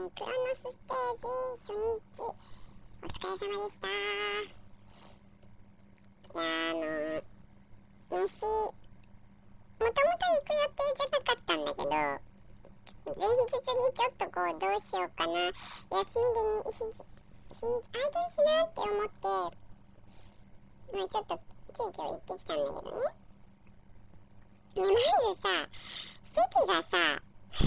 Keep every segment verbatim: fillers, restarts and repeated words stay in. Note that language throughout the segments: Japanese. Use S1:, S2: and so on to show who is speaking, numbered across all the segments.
S1: クロノスステージ初日お疲れ様でした。いやあのー、飯もともと行く予定じゃなかったんだけど、前日にちょっとこうどうしようかな、休みでに日にち空いてるしなって思って、まあちょっと急遽行ってきたんだけどね。いやまずさ、席がさ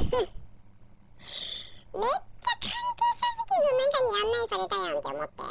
S1: めっちゃ関係者席の中に案内されたやんって思って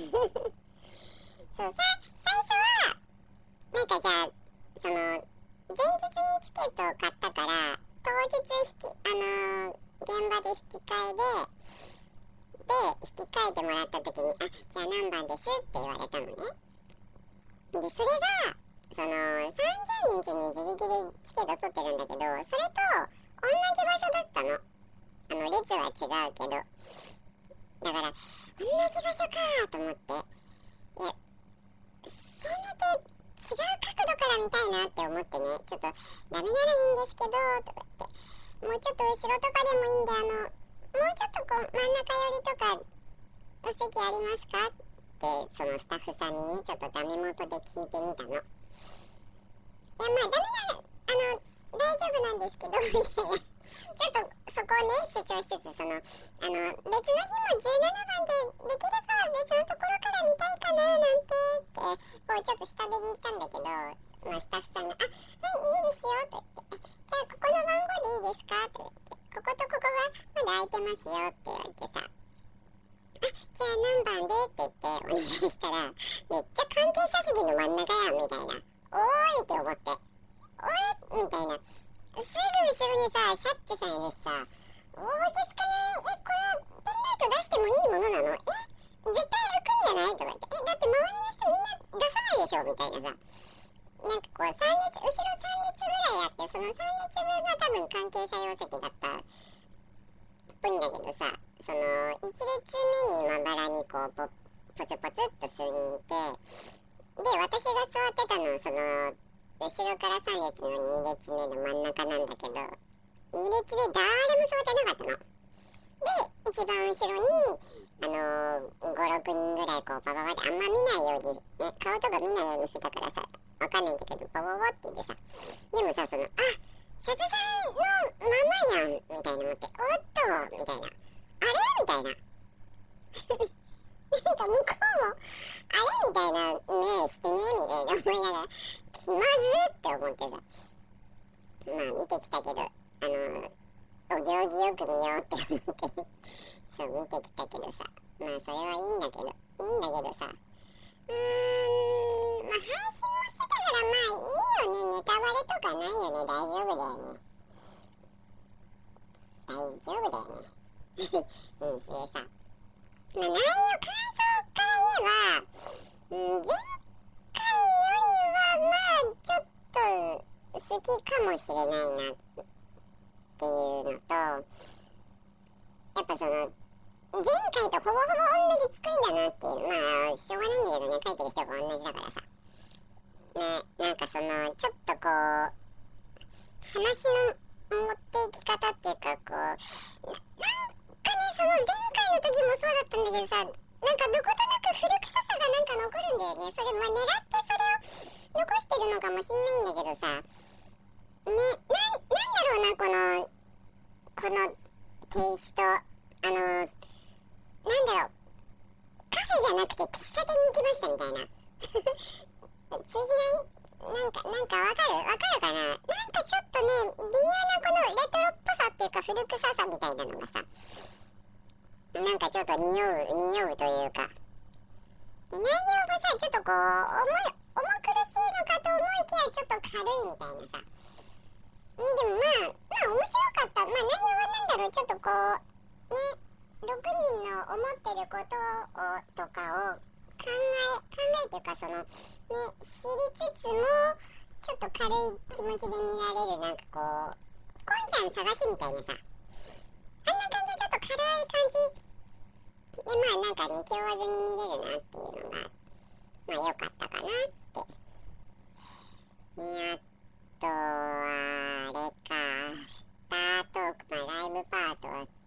S1: そうさ、最初はなんかじゃあその前日にチケットを買ったから当日引きあのー、現場で引き換えでで引き換えてもらった時に、あ、じゃあ何番ですって言われたのね。でそれがそのさんじゅうにちに自力でチケット取ってるんだけど、それと同じ場所だったの。あの列は違うけど、だから同じ場所かと思って、いやせめて違う角度から見たいなって思ってね、ちょっとダメならいいんですけどとか言って、もうちょっと後ろとかでもいいんで、あのもうちょっとこう真ん中寄りとかお席ありますかってそのスタッフさんにね、ちょっとダメ元で聞いてみたの。いやまあダメならあの大丈夫なんですけどみたいなちょっとそこをね主張しつつ、そのあの別の日もじゅうななばんでできれば別のところから見たいかななんてってこうちょっと下手に言ったんだけど、まあ、スタッフさんが「あ、はい、いいですよ」と言って「じゃあここの番号でいいですか」と言って「こことここがまだ空いてますよ」って言われてさ、あ、じゃあ何番でって言ってお願いしたら、めっちゃ関係者席の真ん中やんみたいな、おーいって思って、おいみたいな、すぐ後ろにさシャッチュさんいるしさ、落ち着かない、え、これペンライト出してもいいものなの、え、絶対開くんじゃないとか言って、え、だって周りの人みんな出さないでしょみたいなさ、なんかこうさん列、後ろさん列ぐらいあって、そのさん列分が多分関係者用席だったっぽいんだけどさ、そのいち列目にまばらにこうポポツポツっと数人いて、で私が座ってたのその後ろからさん列のに列目の真ん中なんだけど、に列で誰も座ってなかったの。で一番後ろにあのー、ごろくにんぐらいこうパパパってあんま見ないように、ね、顔とか見ないようにしてたからさ、わかんないんだけどパパパって言ってさ、でもさその、あ、シャツさんのままやんみたいな思って、おっとみたいな、あれみたいななんか向こうもあれみたいな目してねみたいな思いながら、気まずって思ってさ、まあ見てきたけど、あのー、お行儀よく見ようって思ってそう見てきたけどさ、まあそれはいいんだけど、いいんだけどさ、うーん、まあ配信もしてたからまあいいよね、ネタバレとかないよね、大丈夫だよね、大丈夫だよねうん、でさ、まあ内容感想から言えば、うん、前回よりはまあちょっと好きかもしれないなっていうのと、やっぱその前回とほぼほぼ同じ作りだなっていう、まあしょうがないんだけどね、書いてる人が同じだからさね、なんかそのちょっとこう話の持っていき方っていうか、こうな、なんかね、その前回の時もそうだったんだけどさ、なんかどことなく古臭さがなんか残るんだよね。それまあ狙ってそれを残してるのかもしんないんだけどさ、ね、な、なんだろうな、このこのテイスト、あのなんだろう、カフェじゃなくて喫茶店に来ましたみたいな通じない、なんか、なんかわかるわかるかな、なんかちょっとね、微妙なこのレトロっぽさっていうか古臭さみたいなのがさ、なんかちょっと匂う、匂うというか。で、内容がさ、ちょっとこう、重い、重苦しいのかと思いきやちょっと軽いみたいなさ。でもまあ、まあ面白かった。まあ内容はなんだろう、ちょっとこう、ね、ろくにんの思ってることを、とかを考え、考えというかその、ね、知りつつも、ちょっと軽い気持ちで見られる、なんかこう、こんちゃん探すみたいなさ、あんな感じ、ちょっと軽い感じで、まあなんかね、気負わずに見れるなっていうのが、まあ良かったかなって。ね、あとは、あれか、スタートーク、まあライブパート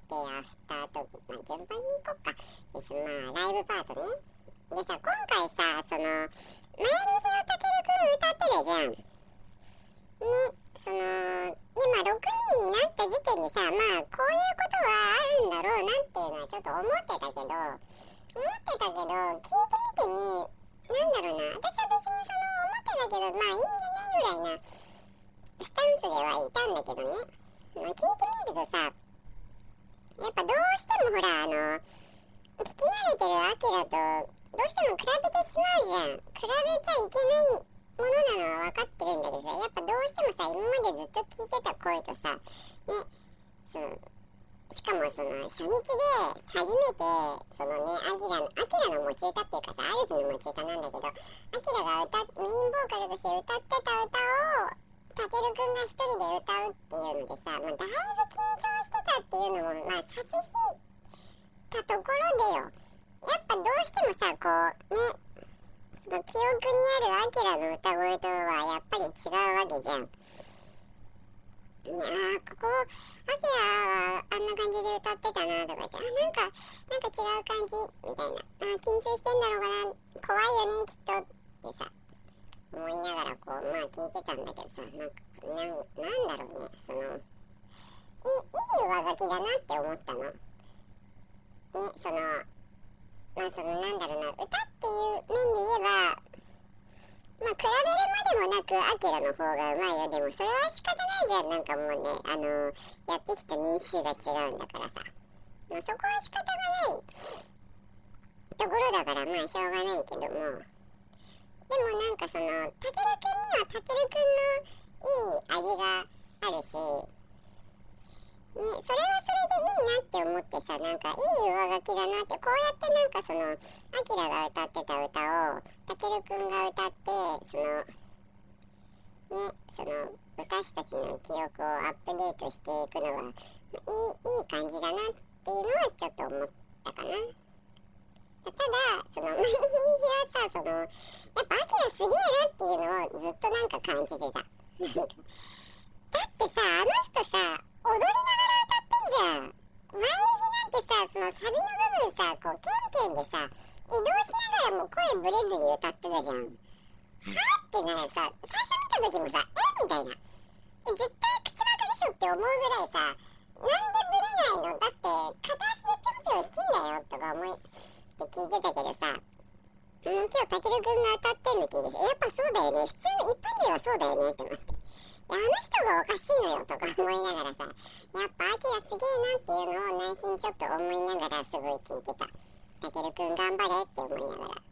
S1: で、アフターと、まあ、順番に行こっか。で、そのまあ、ライブパートね。でさ、今回さ、その、前に日野健くん歌ってたじゃん。ね、その、で、まあ、ろくにんになった時点でさ、まあ、こういうことはあるんだろうなっていうのはちょっと思ってたけど、思ってたけど、聞いてみてね、なんだろうな、私は別にその、思ってたけど、まあ、いいんじゃないぐらいなスタンスではいたんだけどね。まあ、聞いてみるとさ、やっぱどうしてもほら、あの、聞き慣れてるアキラと、どうしても比べてしまうじゃん。比べちゃいけないものなのは分かってるんだけどさ、やっぱどうしてもさ、今までずっと聞いてた声とさ、ね、その、しかもその初日で初めてそのね、アキラの、アキラの持ち歌っていうかさ、アルフの持ち歌なんだけど、アキラが歌っ、メインボーカルとして歌ってた歌を、たけるくんが一人で歌うっていうのでさ、まあ、だいぶ緊張してたっていうのも、まあ、差し引いたところでよ。やっぱどうしてもさ、こう、ね、その記憶にあるアキラの歌声とはやっぱり違うわけじゃん。いやー、ここ、アキラはあんな感じで歌ってたなとか言って、あ、なんか、なんか違う感じみたいな。あ、緊張してんだろうかな、怖いよね、きっとってさ、思いながらこう、まあ聞いてたんだけどさ、なんか、なん、なんだろうね、その、いい、いい上書きだなって思ったの。ね、その、まあその、なんだろうな、歌っていう面で言えば、まあ比べるまでもなくアキラの方がうまいよ。でもそれは仕方ないじゃん。なんかもうね、あのー、やってきた人数が違うんだからさ、まあ、そこは仕方がないところだから、まあしょうがないけども、でもなんかそのたけるくんにはたけるくんのいい味があるしね、それはそれでいいなって思ってさ、なんかいい上書きだなって、こうやってなんかそのアキラが歌ってた歌をたけるくんが歌って、そのね、その私たちの記憶をアップデートしていくのは、いい、いい感じだなっていうのはちょっと思ったかな。ただ、その、前に日はさ、その、やっぱアキラすげえなっていうのをずっとなんか感じてた。だってさ、あの人さ、踊りながら歌ってんじゃん。前に日なんてさ、そのサビの部分さ、こう、ケンケンでさ、移動しながらも声ブレずに歌ってたじゃん。はぁってならさ、最初見た時もさ、えみたいな。え、絶対口バカでしょって思うぐらいさ、なんでブレないの？だって、片足でぴょんぴょんしてんだよとか思いって聞いてたけどさ、ね、今日たけるくんが歌ってんの聞いてさ、やっぱそうだよね。普通の一般人はそうだよねって思って。いや、あの人がおかしいのよとか思いながらさ、やっぱアキラすげえなっていうのを内心ちょっと思いながらすごい聞いてた。たけるくん頑張れって思いながら。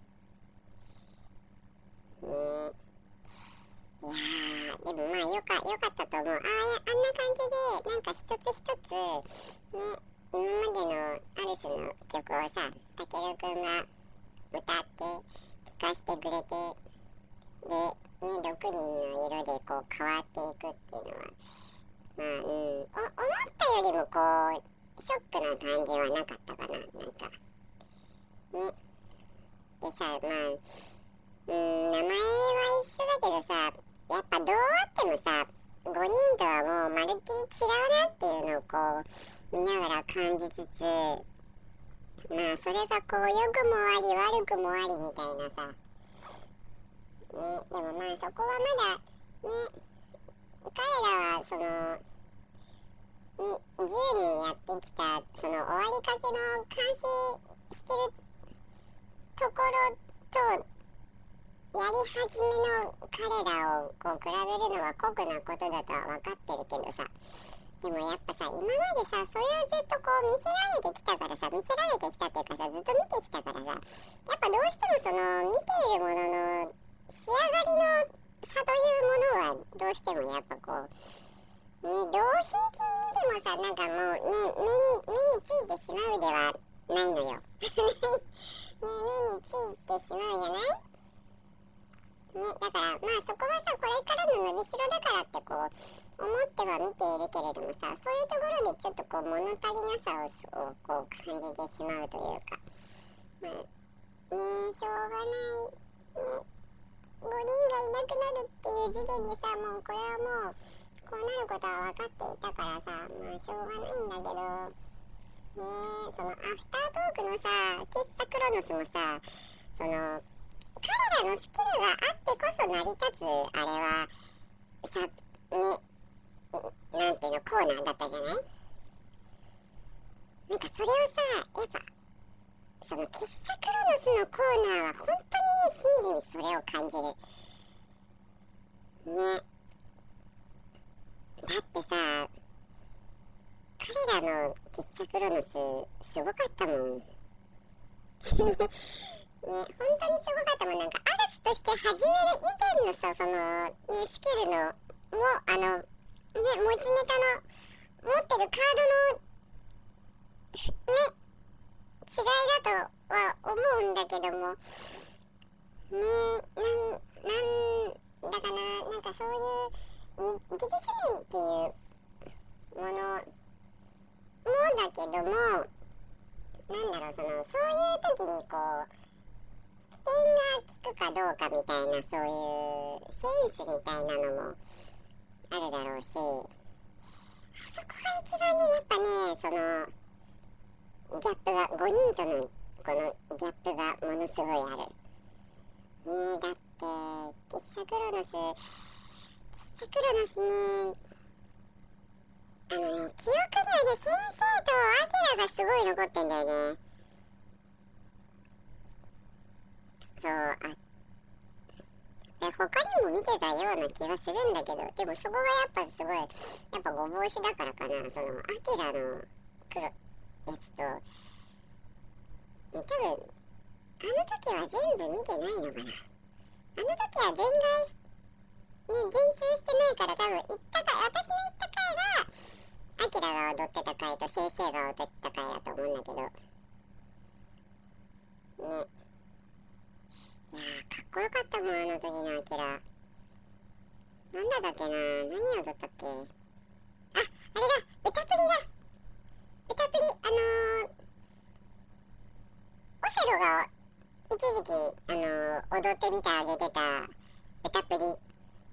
S1: ねえ。いやー、でもまあよか、よかったと思う。ああ、あんな感じで、なんか一つ一つ、ね、今までのアルスの曲をさ、たけるくんが歌って聴かせてくれて、で、ね、ろくにんの色でこう変わっていくっていうのは、まあ、うん、お、思ったよりもこう、ショックな感じはなかったかな、なんか。ね。でさ、まあ、うん、名前は一緒だけどさ、やっぱどうあってもさ、ごにんとはもうまるっきり違うなっていうのをこう、見ながら感じつつ、まあ、それがこう、良くもあり悪くもありみたいなさ、ね、でもまあそこはまだ、ね、彼らはその、ね、じゅうねんやってきた、その終わりかけの完成してるところと、やり始めの彼らをこう比べるのは酷なことだとは分かってるけどさ、でもやっぱさ、今までさ、それをずっとこう見せられてきたからさ、見せられてきたっていうかさ、ずっと見てきたからさ、やっぱどうしてもその見ているものの仕上がりの差というものはどうしてもやっぱこうね、どうひいきに見てもさ、なんかもうね、目に目についてしまうではないのよ。ね、目についてしまうじゃない？ね、だからまあそこはさ、これからの伸びしろだからってこう思っては見ているけれどもさ、そういうところでちょっとこう物足りなさを、をこう感じてしまうというか、まあね、しょうがないね、ごにんがいなくなるっていう時点でさ、もうこれはもうこうなることは分かっていたからさ、まあしょうがないんだけどね。えそのアフタートークのさ喫茶クロノスもさ、その彼らのスキルがあってこそ成り立つあれはさね、なんていうのコーナーだったじゃない。なんかそれをさ、やっぱその喫茶クロノスのコーナーは本当にね、しみじみそれを感じるね。だってさ、彼らの喫茶クロノスすごかったもんね。本当にすごかったもん。なんかアラスとして始める以前のさ、そのねスキルのもあのね持ちネタの持ってるカードのね違いだとは思うんだけどもね。なんなんだかな、なんかそういう技術面っていうものもだけども、なんだろう、そのそういう時にこう起点が効くかどうかみたいな、そういうセンスみたいなのもあるだろうし、あそこが一番ね、やっぱね、そのギャップがごにんとのこのギャップがものすごいあるね。えだって喫茶クロノス喫茶クロノスね、あのね記憶にはね先生とアキラがすごい残ってんだよね。そう、あで他にも見てたような気がするんだけど、でもそこがやっぱすごいやっぱごぼうしだからかな、そのアキラの黒やつとえ多分あの時は全部見てないのかな。あの時は全外し、ね、全通してないから、多分行ったか私の行った回がアキラが踊ってた回と先生が踊ってた回だと思うんだけどね。いやーかっこよかったもん、あの時のアキラ。なんだっけな、何踊ったっけ。あ、あれだ、歌プリだ。歌プリ、あのー、オセロが一時期、あのー、踊ってみてあげてた歌プリを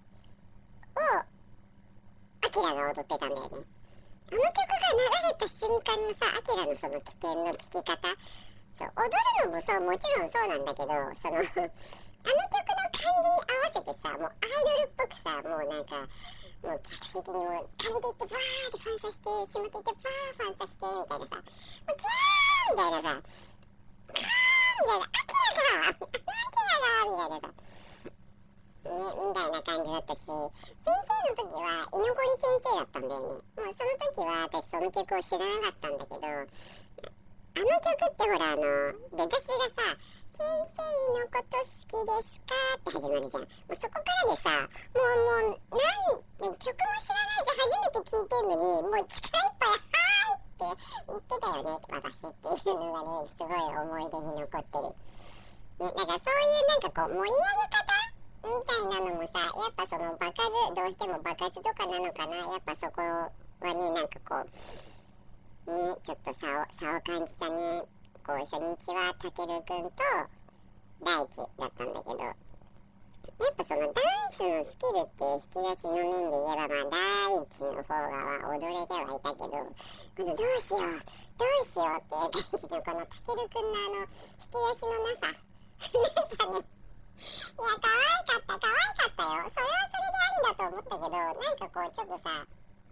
S1: アキラが踊ってたんだよね。あの曲が流れた瞬間のさ、アキラのその危険の聴き方、そう踊るのもそうもちろんそうなんだけど、そのあの曲の感じに合わせてさ、もうアイドルっぽくさ、もうなんかもう客席にも飛びていってバーってファンさして、しまっていってバーファンさしてみたいなさ、もうキャーみたいなさ、カーみたいな、アキラがアキラがみたいなさね、みたいな感じだったし、先生の時は居残り先生だったんだよね。もうその時は私その曲を知らなかったんだけど、あの曲ってほら、あの出だしがさ、先生のこと好きですかって始まるじゃん。もうそこからでさ、もうもうなん曲も知らないし初めて聞いてんのに、もう力いっぱいはーいって言ってたよね、私っていうのがね、すごい思い出に残ってるね。だからそういうなんかこう盛り上げ方みたいなのもさ、やっぱその場数、どうしても場数とかなのかな、やっぱそこはね、なんかこうね、ちょっと差を差を感じたね。こう初日はたけるくんと大地だったんだけど、やっぱそのダンスのスキルっていう引き出しの面で言えば、まあ大地の方が踊れてはいたけど、このどうしようどうしようっていう感じのこのたけるくんのあの引き出しのなさなさね、いや、可愛かった、可愛かったよ。それはそれでありだと思ったけど、なんかこう、ちょっとさ、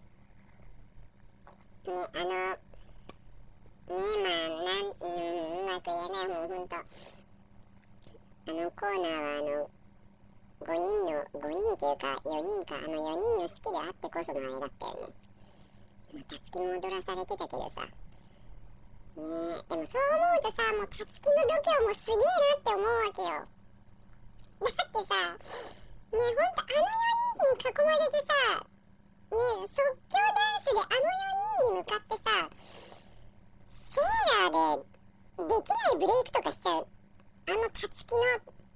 S1: ね、あの、ね、まあ、なん、うん、うまく言えない、もうほんと。あのコーナーは、あの、ごにんの、ごにんっていうか、よにんか、あのよにんのスキルあってこそのあれだったよね。もう、たつきも踊らされてたけどさ。ねえ、でもそう思うとさ、もうたつきの度胸もすげえなって思うわけよ。だってさ、ね、ほんとあのよにんに囲まれてさ、ね、即興ダンスであのよにんに向かってさ、セーラーでできないブレイクとかしちゃう、あのたつきの、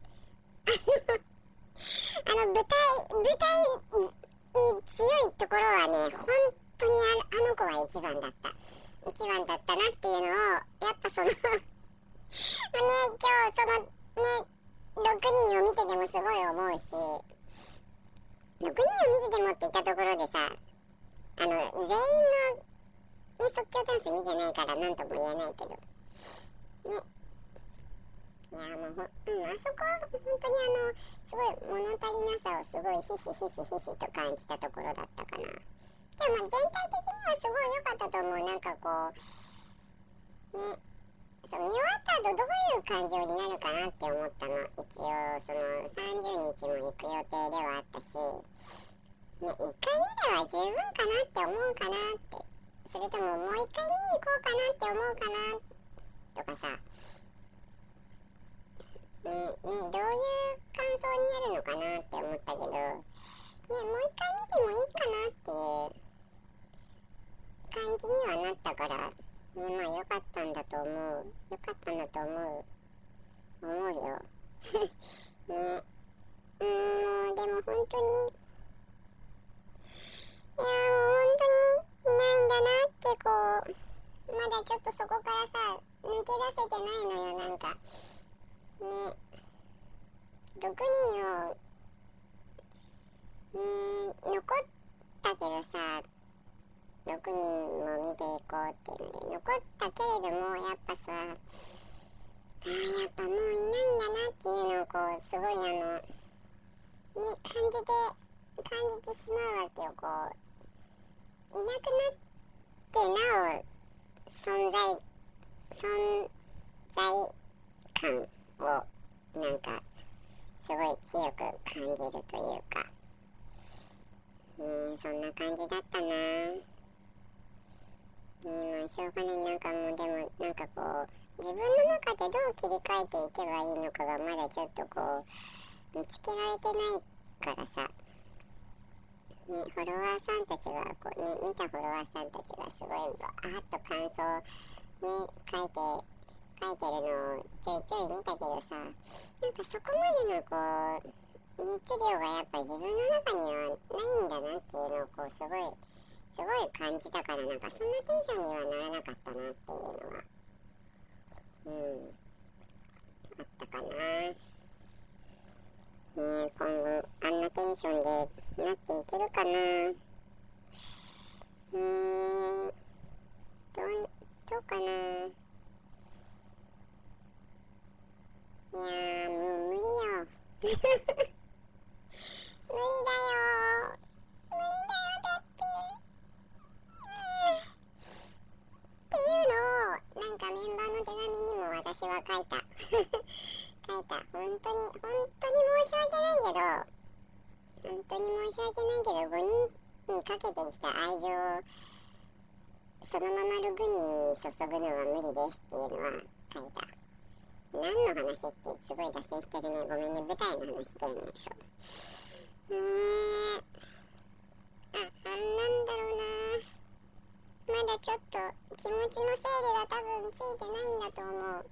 S1: あの、あの舞台、舞台に強いところはね、本当にあの、あの子は一番だった。一番だったなっていうのを、やっぱそのね、今日そのね、ろくにんを見ててもすごい思うし、 ろくにんを見てでもって言ったところでさ、あの全員の、ね、即興ダンス見てないから何とも言えないけどね。いやもうほ、うん、あそこは本当にあのすごい物足りなさをすごいひしひしひしと感じたところだったかな。でもまあ全体的にはすごい良かったと思う。なんかこうね、そう見終わった後どういう感情になるかなって思ったの。一応そのさんじゅうにちも行く予定ではあったし、ね、いっかいめでは十分かなって思うかなって、それとももういっかい見に行こうかなって思うかなとかさ、ね、ね、どういう感想になるのかなって思ったけど、ね、もう一回見てもいいかなっていう感じにはなったから、ね、まあ良かったんだと思う。良かったんだと思う。思うよ。ね。うーん、もうでも本当に、いやーもう本当にいないんだなってこう、まだちょっとそこからさ、抜け出せてないのよ、なんか。ね、ろくにんを、ね、残ったけどさ、ろくにんも見ていこうっていうので、残ったけれども、やっぱさ、あーやっぱもういないんだなっていうのをこう、すごいあの、ね、感じて、感じてしまうわけよ、こう、いなくなってなお、存在、存在感を、なんか、すごい強く感じるというか、ねえ、そんな感じだったなぁ。ねえ、もうしょうがない。なんかもうでも、なんかこう、自分の中でどう切り替えていけばいいのかがまだちょっとこう、見つけられてないからさ、ね、フォロワーさんたちが、こうね、見たフォロワーさんたちがすごいバーッと感想ね、書いて、書いてるのをちょいちょい見たけどさ、なんかそこまでのこう、熱量がやっぱ自分の中にはないんだなっていうのをこうすごいすごい感じたから、なんかそんなテンションにはならなかったなっていうのはうんあったかな。ねえ、今後あんなテンションでなっていけるかな。ねえ、どうどうかな。いやーもう無理よ無理だよ無理だよ。だってっていうのをなんかメンバーの手紙にも私は書いた書いた。本当に本当に申し訳ないけど本当に申し訳ないけどごにんにかけてきた愛情をそのままろくにんに注ぐのは無理ですっていうのは書いた。何の話ってすごい脱線してるね。ごめんね。舞台の話だよね。そうねえ、あ、なんだろうな、まだちょっと気持ちの整理が多分ついてないんだと思う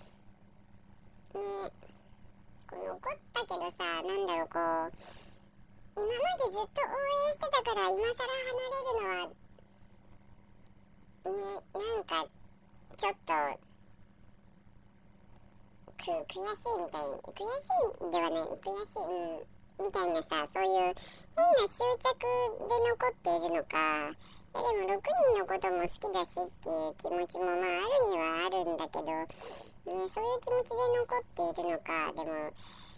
S1: ね。こう残ったけどさ、なんだろう、こう今までずっと応援してたから今更離れるのはね、なんかちょっとく悔しいみたいな、悔しいではない、悔しい、うんみたいなさ、そういう変な執着で残っているのか、いやでもろくにんのことも好きだしっていう気持ちもまああるにはあるんだけどね、そういう気持ちで残っているのか。でもね、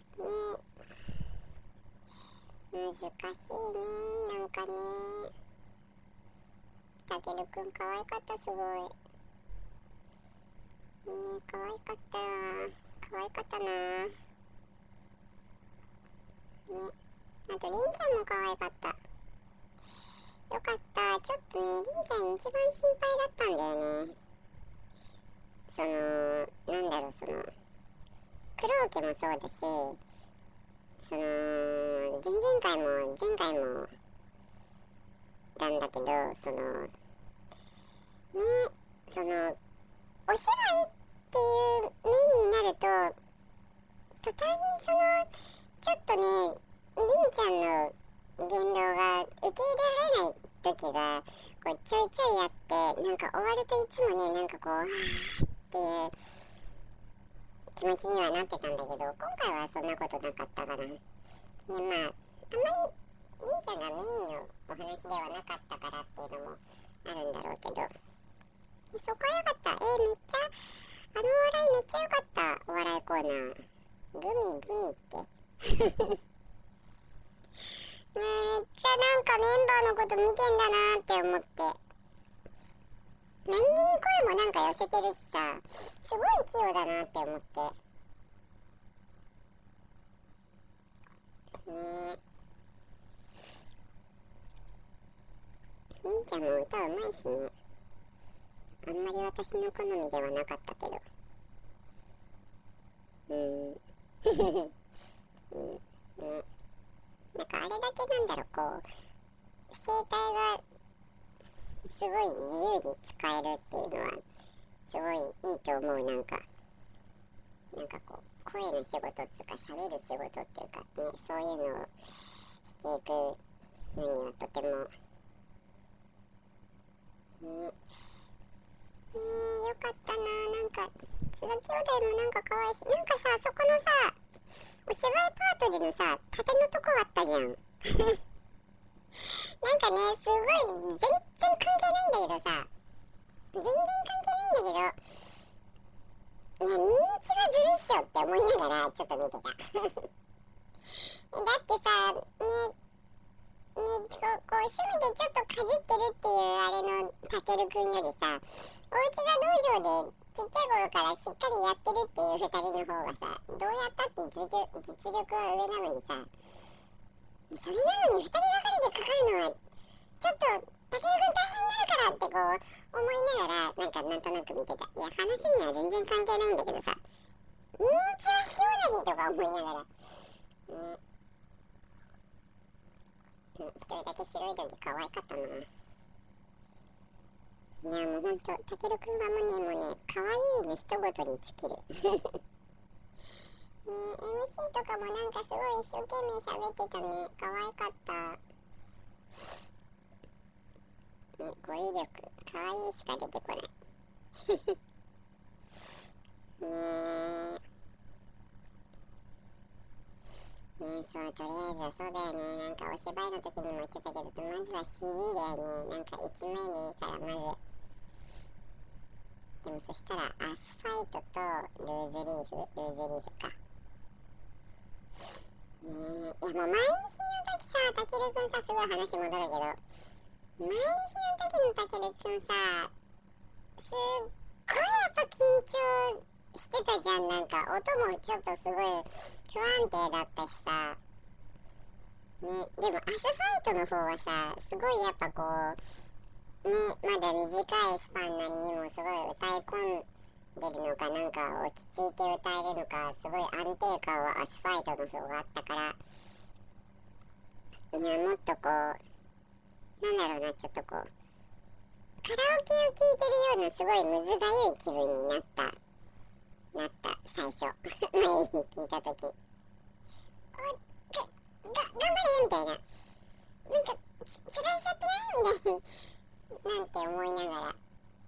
S1: 難しいね。なんかね、たけるくん可愛かった、すごいね。可愛かった可愛かったなね。あとりんちゃんも可愛かった。よかった。ちょっとね、りんちゃん一番心配だったんだよね。そのなんだろう、その黒木もそうだし、その前々回も前回もなんだけど、そのね、そのお芝居っていう面になると途端にそのちょっとね、りんちゃんの言動が受け入れられない時がこうちょいちょいあって、なんか終わるといつもね、なんかこうはーっていう気持ちにはなってたんだけど、今回はそんなことなかったからね。まああんまりみんちゃんがメインのお話ではなかったからっていうのもあるんだろうけど、そこは良かった。えー、めっちゃあの笑いめっちゃ良かった。お笑いコーナーグミグミってねえ、めっちゃなんかメンバーのこと見てんだなって思って、何気に声もなんか寄せてるしさ、すごい器用だなって思って。ねえ、みんちゃんも歌うまいしね。あんまり私の好みではなかったけど、うーんうんね、なんかあれだけなんだろう、こう声帯がすごい自由に使えるっていうのはすごいいいと思う。なんかなんかこう声の仕事つうか喋る仕事っていうかね、そういうのをしていくのにはとてもねえー、よかったな。なんか津田兄弟もなんか可愛いし、なんかさ、そこのさお芝居パートでのさ縦のとこあったじゃんなんかね、すごい全然関係ないんだけどさ、全然関係ないんだけど、いや、にじゅういちはずるいっしょって思いながらちょっと見てただってさ、ね、ね、こう、こう趣味でちょっとかじってるっていうあれのたけるくんよりさ、おうちが道場でちっちゃい頃からしっかりやってるっていうふたりの方がさ、どうやったって実力、実力は上なのにさ、それなのにふたりがかりでかかるのはちょっとたけるくん大変になるからってこう思いながら、なんかなんとなく見てた。いや、話には全然関係ないんだけどさ、にじゅういちは必要なにとか思いながらね。ね、一人だけ白い時可愛かったな。いや、もうほんとたけるくんはもうね、もうね、可愛いの一言に尽きるね。 エムシー とかもなんかすごい一生懸命喋ってたね。可愛かったね。語彙力可愛いしか出てこないねえねえ、そう、とりあえずそうだよね。なんかお芝居の時にも言ってたけど、まずは シーディー だよね。なんかいちまいでいいから、まず。でもそしたらアスファイトとルーズリーフルーズリーフかねえ。いや、もう前の日の時さ、たけるくんさ、すごい話戻るけど、前の日の時のたけるくんさ、すっごいやっぱ緊張してたじゃん。なんか音もちょっとすごい不安定だったしさね。でもアスファイトの方はさ、すごいやっぱこうね、まだ短いスパンなりにもすごい歌い込んでるのか、なんか落ち着いて歌えるのか、すごい安定感はアスファイトの方があったから、いや、もっとこうなんだろうな、ちょっとこうカラオケを聴いてるようなすごいむずがゆい気分になったなった最初前に聞いた時、おがが頑張れみたいな、なんかつらいしゃってないみたいななんて思いながらね、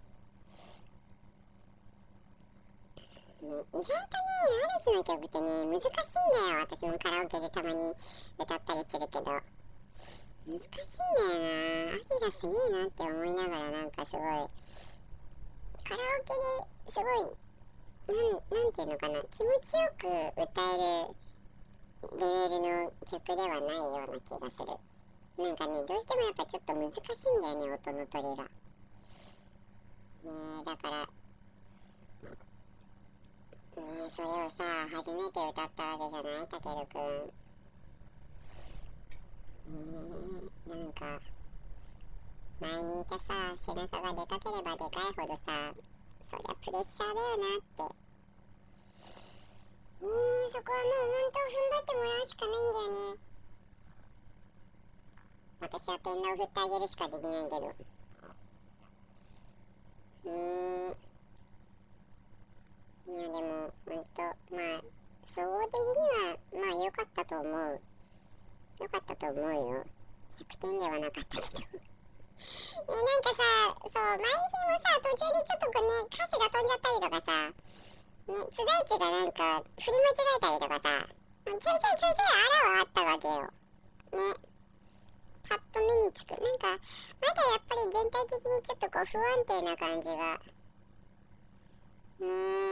S1: 意外とね、アルスの曲ってね、難しいんだよ。私もカラオケでたまに歌ったりするけど、難しいんだよな。アキラすげえなって思いながら、なんかすごいカラオケですごいなん、なんていうのかな、気持ちよく歌えるレベルの曲ではないような気がする。なんかね、どうしてもやっぱちょっと難しいんだよね、音の取りがね。え、だからねえ、それをさ、初めて歌ったわけじゃない、たけるくん。えー、なんか前にいたさ、背中がでかければでかいほどさ、そりゃプレッシャーだよなって。ねえ、そこはもう本当踏ん張ってもらうしかないんだよね。私はペンラを振ってあげるしかできないけどねえ。いや、でもほんと、まあ総合的にはまあ良かったと思う。良かったと思うよ。ひゃくてんではなかったけどえ、なんかさ、そう、毎日もさ、途中でちょっとこうね、歌詞が飛んじゃったりとかさ、ね、津田内がなんか振り間違えたりとかさ、ちょいちょいちょいちょいあらはあったわけよね。 パッと目につく。なんか、まだやっぱり全体的にちょっとこう不安定な感じが。ね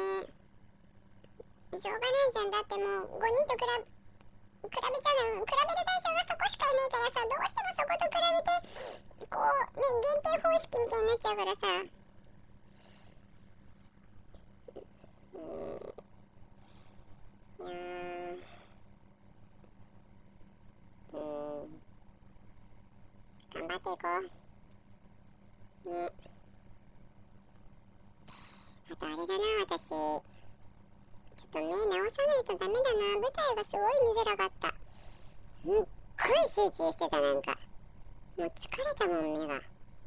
S1: え。しょうがないじゃん。だってもうごにんと比べ、比べちゃうの、比べる対象がそこしかいないからさ、どうしてもそこと比べて、こう、ね、限定方式みたいになっちゃうからさ。ねえ。いやー。うーん。頑張っていこう。ね。あとあれだな、私。ちょっと目直さないとダメだな。舞台がすごい見づらかった。すっごい集中してた、なんか。もう疲れたもん、目が。ね、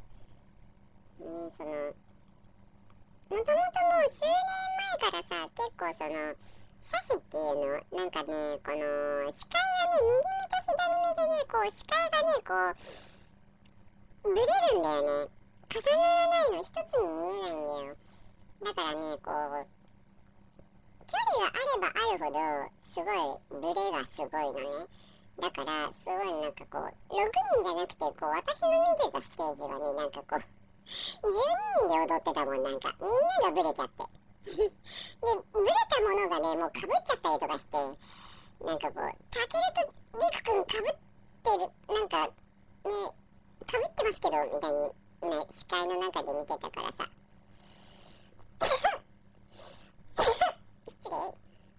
S1: その、もともともう数年前からさ、結構その、斜視っていうの、なんかね、この、視界がね、右目と左目でね、こう、視界がね、こう、ブレるんだよね。重ならないの、一つに見えないんだよ。だからね、こう、距離があればあるほど、すごい、ブレがすごいのね。だから、すごいなんかこう、ろくにんじゃなくて、こう、私の見てたステージはね、なんかこう、じゅうににんで踊ってたもん、なんか。みんながブレちゃって。で、ブレたものがね、もうかぶっちゃったりとかして、なんかこう、タケルとリクくんかぶってる、なんか、ね、かぶってますけど、みたいに、な視界の中で見てたからさ。失礼。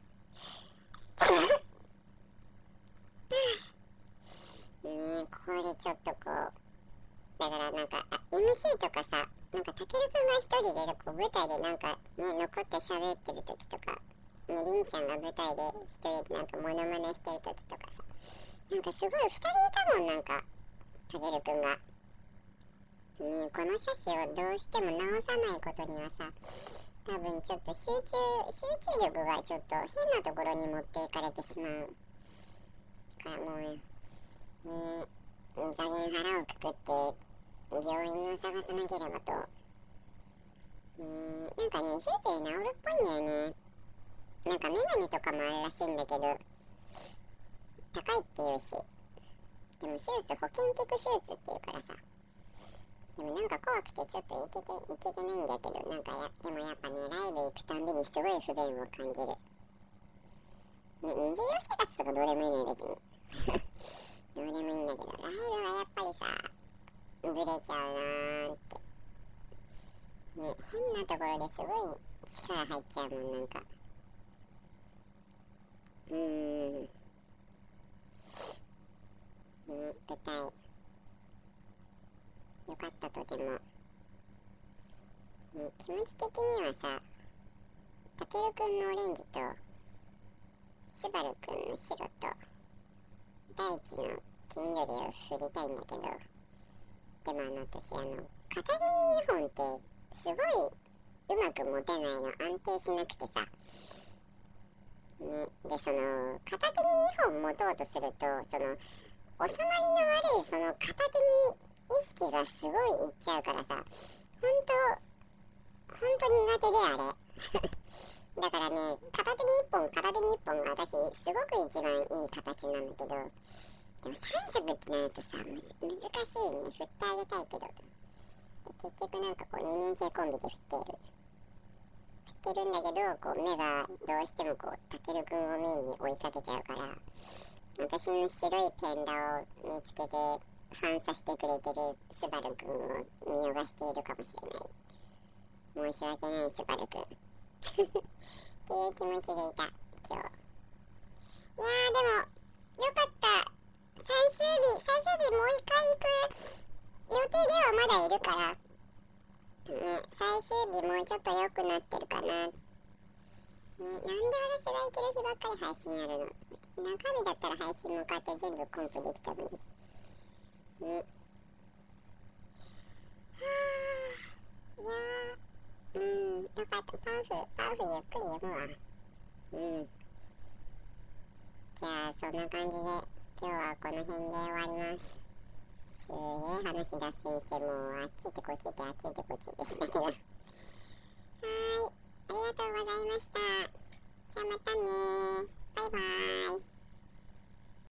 S1: ねえ、これちょっとこう、だからなんか、エムシー とかさ、なんかたけるくんが一人でこう舞台でなんかね、残って喋ってる時とか、ね、りんちゃんが舞台で一人でなんかモノマネしてる時とかさ、なんかすごい二人いたもん、なんか、たけるくんが。ね、この写真をどうしても直さないことにはさ、多分ちょっと集中、集中力がちょっと変なところに持っていかれてしまう。からもう、ね、いい加減腹をくくって、病院を探さなければと。ね、なんかね、手術で治るっぽいんだよね。なんかメガネとかもあるらしいんだけど、高いって言うし。でも手術、保険効く手術って言うからさ。でもなんか怖くてちょっと行けて、行けてないんだけど、なんかや、でもやっぱね、ライブ行くたんびにすごい不便を感じる。ね、日常生活とかどうでもいいね、別に。どうでもいいんだけど、ライブはやっぱりさ、ブレちゃうなーって。ね、変なところですごい力入っちゃうもん、なんか。うーん。ね、舞台。よかったとても。ね、気持ち的にはさ、たけるくんのオレンジと、スバルくんの白と、大地の黄緑を振りたいんだけど、でもあの、私、あの、片手ににほんって、すごいうまく持てないの、安定しなくてさ。ね、で、その、片手ににほん持とうとすると、その、収まりの悪い、その、片手に意識がすごいいっちゃうからさ、ほんと、ほんと苦手であれ。だからね、片手にいっぽん、片手にいっぽんが私、すごく一番いい形なんだけど、でもさん色ってなるとさ、むず難しいね。振ってあげたいけど。で結局なんかこうにねん生コンビで振ってる。振ってるんだけど、こう目がどうしてもこう、たけるくんをメインに追いかけちゃうから、私の白いペンラを見つけて反射してくれてるスバルくんを見逃しているかもしれない。申し訳ないスバルくん。っていう気持ちでいた、今日。いやーでも、よかった。最終日、最終日もう一回行く予定ではまだいるから、ね、最終日もうちょっと良くなってるかな。ね、なんで私が行ける日ばっかり配信やるの。中身だったら配信向かって全部コンプできたのに。ね。はぁー、いやー、うん、よかった。パンフ、パンフゆっくり読むわ。うん。じゃあ、そんな感じで、今日はこの辺で終わります。すげえ話脱線して、もうあっち行ってこっち行ってあっち行ってこっちでしたけど。はーい。ありがとうございました。じゃあまたねー。バイバーイ。